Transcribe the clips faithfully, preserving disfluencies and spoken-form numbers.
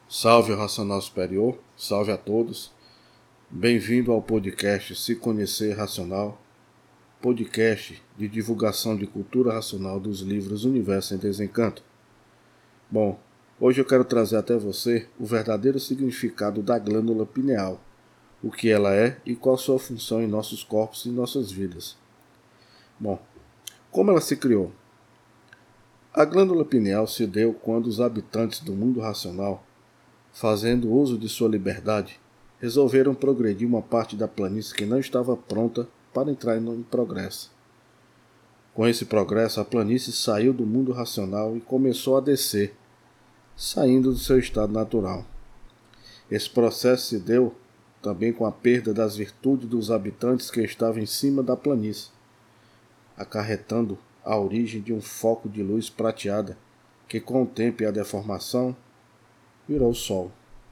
Salve Racional Superior, salve a todos. Bem-vindo ao podcast Se Conhecer Racional, podcast de divulgação de cultura racional dos livros Universo em Desencanto. Bom, hoje eu quero trazer até você o verdadeiro significado da glândula pineal, o que ela é e qual sua função em nossos corpos e nossas vidas. Bom, como ela se criou? A glândula pineal se deu quando os habitantes do mundo racional, fazendo uso de sua liberdade, resolveram progredir uma parte da planície que não estava pronta para entrar em progresso. Com esse progresso, a planície saiu do mundo racional e começou a descer, saindo do seu estado natural. Esse processo se deu também com a perda das virtudes dos habitantes que estavam em cima da planície, acarretando a origem de um foco de luz prateada que, com o tempo e a deformação, virou o Sol,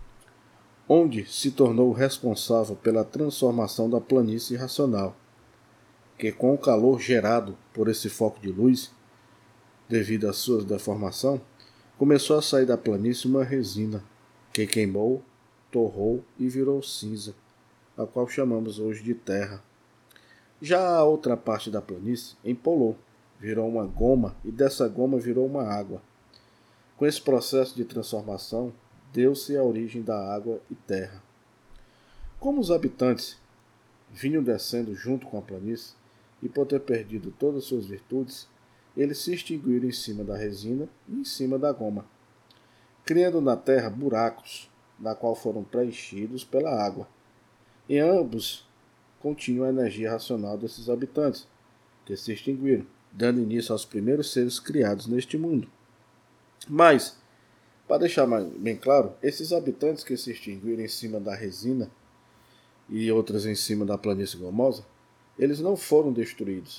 onde se tornou responsável pela transformação da planície racional, que com o calor gerado por esse foco de luz, devido à sua deformação, começou a sair da planície uma resina, que queimou, torrou e virou cinza, a qual chamamos hoje de terra. Já a outra parte da planície empolou, virou uma goma e dessa goma virou uma água. Com esse processo de transformação, deu-se a origem da água e terra. Como os habitantes vinham descendo junto com a planície, e por ter perdido todas as suas virtudes, eles se extinguiram em cima da resina e em cima da goma, criando na terra buracos, na qual foram preenchidos pela água. E ambos continham a energia racional desses habitantes, que se extinguiram, dando início aos primeiros seres criados neste mundo. Mas, para deixar mais bem claro, esses habitantes que se extinguiram em cima da resina e outras em cima da planície gomosa, eles não foram destruídos.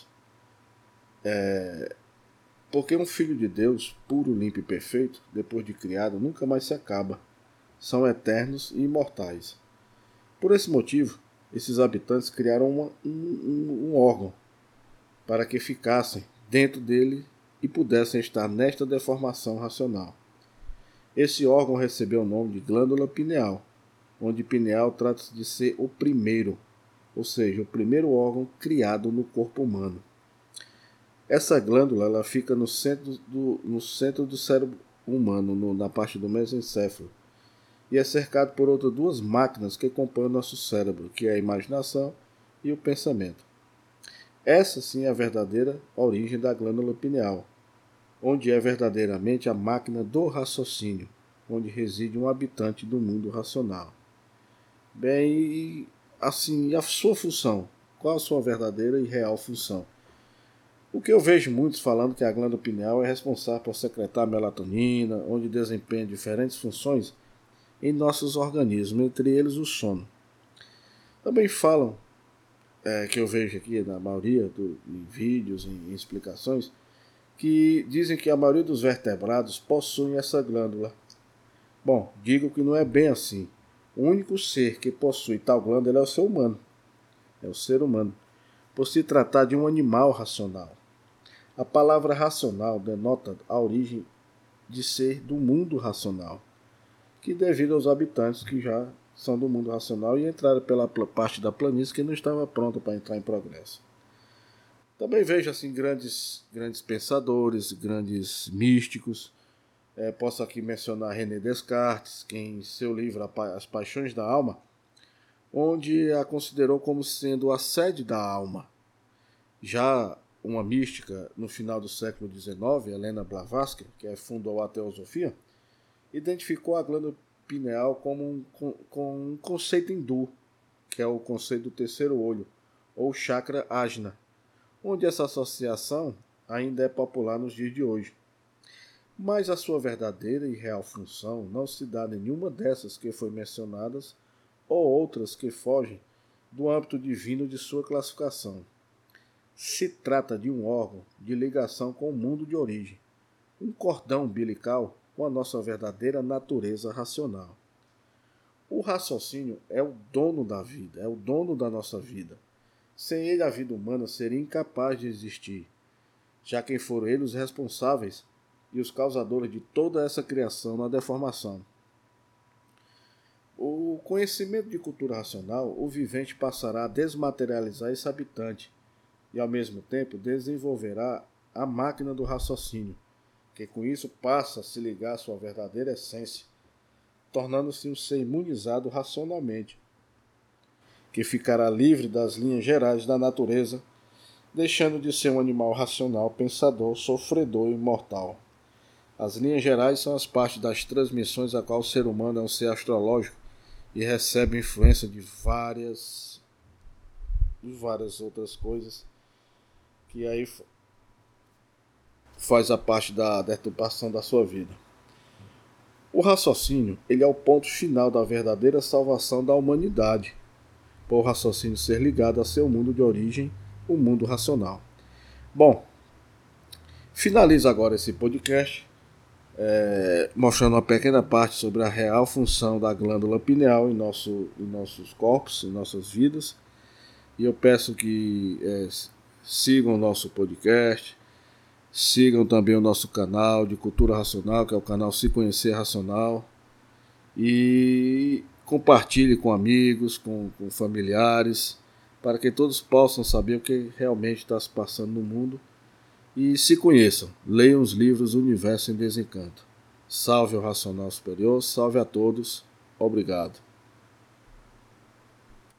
É... Porque um filho de Deus, puro, limpo e perfeito, depois de criado, nunca mais se acaba. São eternos e imortais. Por esse motivo, esses habitantes criaram uma, um, um, um órgão para que ficassem dentro dele e pudessem estar nesta deformação racional. Esse órgão recebeu o nome de glândula pineal, onde pineal trata-se de ser o primeiro, ou seja, o primeiro órgão criado no corpo humano. Essa glândula ela fica no centro do, no centro do cérebro humano, no, na parte do mesencéfalo, e é cercado por outras duas máquinas que compõem o nosso cérebro, que é a imaginação e o pensamento. Essa sim é a verdadeira origem da glândula pineal, onde é verdadeiramente a máquina do raciocínio, onde reside um habitante do mundo racional. Bem, assim, e a sua função? Qual a sua verdadeira e real função? O que eu vejo muitos falando que a glândula pineal é responsável por secretar melatonina, onde desempenha diferentes funções em nossos organismos, entre eles o sono. Também falam, é, que eu vejo aqui na maioria dos vídeos e em explicações, que dizem que a maioria dos vertebrados possuem essa glândula. Bom, digo que não é bem assim. O único ser que possui tal glândula é o ser humano. É o ser humano, por se tratar de um animal racional. A palavra racional denota a origem de ser do mundo racional, que devido aos habitantes que já são do mundo racional e entraram pela parte da planície que não estava pronta para entrar em progresso. Também vejo assim grandes, grandes pensadores, grandes místicos. É, posso aqui mencionar René Descartes, que em seu livro As Paixões da Alma, onde a considerou como sendo a sede da alma. Já uma mística no final do século dezenove, Helena Blavatsky, que fundou a Teosofia, identificou a glândula pineal como um, com, com um conceito hindu, que é o conceito do terceiro olho, ou chakra ajna, onde essa associação ainda é popular nos dias de hoje. Mas a sua verdadeira e real função não se dá em nenhuma dessas que foi mencionadas ou outras que fogem do âmbito divino de sua classificação. Se trata de um órgão de ligação com o mundo de origem, um cordão umbilical com a nossa verdadeira natureza racional. O raciocínio é o dono da vida, é o dono da nossa vida. Sem ele, a vida humana seria incapaz de existir, já que foram eles os responsáveis e os causadores de toda essa criação na deformação. o conhecimento de cultura racional, o vivente passará a desmaterializar esse habitante e, ao mesmo tempo, desenvolverá a máquina do raciocínio, que com isso passa a se ligar à sua verdadeira essência, tornando-se um ser imunizado racionalmente, que ficará livre das linhas gerais da natureza, deixando de ser um animal racional, pensador, sofredor e imortal. As linhas gerais são as partes das transmissões a qual o ser humano é um ser astrológico e recebe influência de várias, de várias outras coisas, que aí faz a parte da deturpação da sua vida. O raciocínio, ele é o ponto final da verdadeira salvação da humanidade, por o raciocínio ser ligado a seu mundo de origem, o mundo racional. Bom, finalizo agora esse podcast, é, mostrando uma pequena parte sobre a real função da glândula pineal em, nosso, em nossos corpos, em nossas vidas. E eu peço que é, sigam o nosso podcast, sigam também o nosso canal de Cultura Racional, que é o canal Se Conhecer Racional, e compartilhe com amigos, com, com familiares, para que todos possam saber o que realmente está se passando no mundo e se conheçam. Leiam os livros Universo em Desencanto. Salve o Racional Superior, salve a todos, obrigado.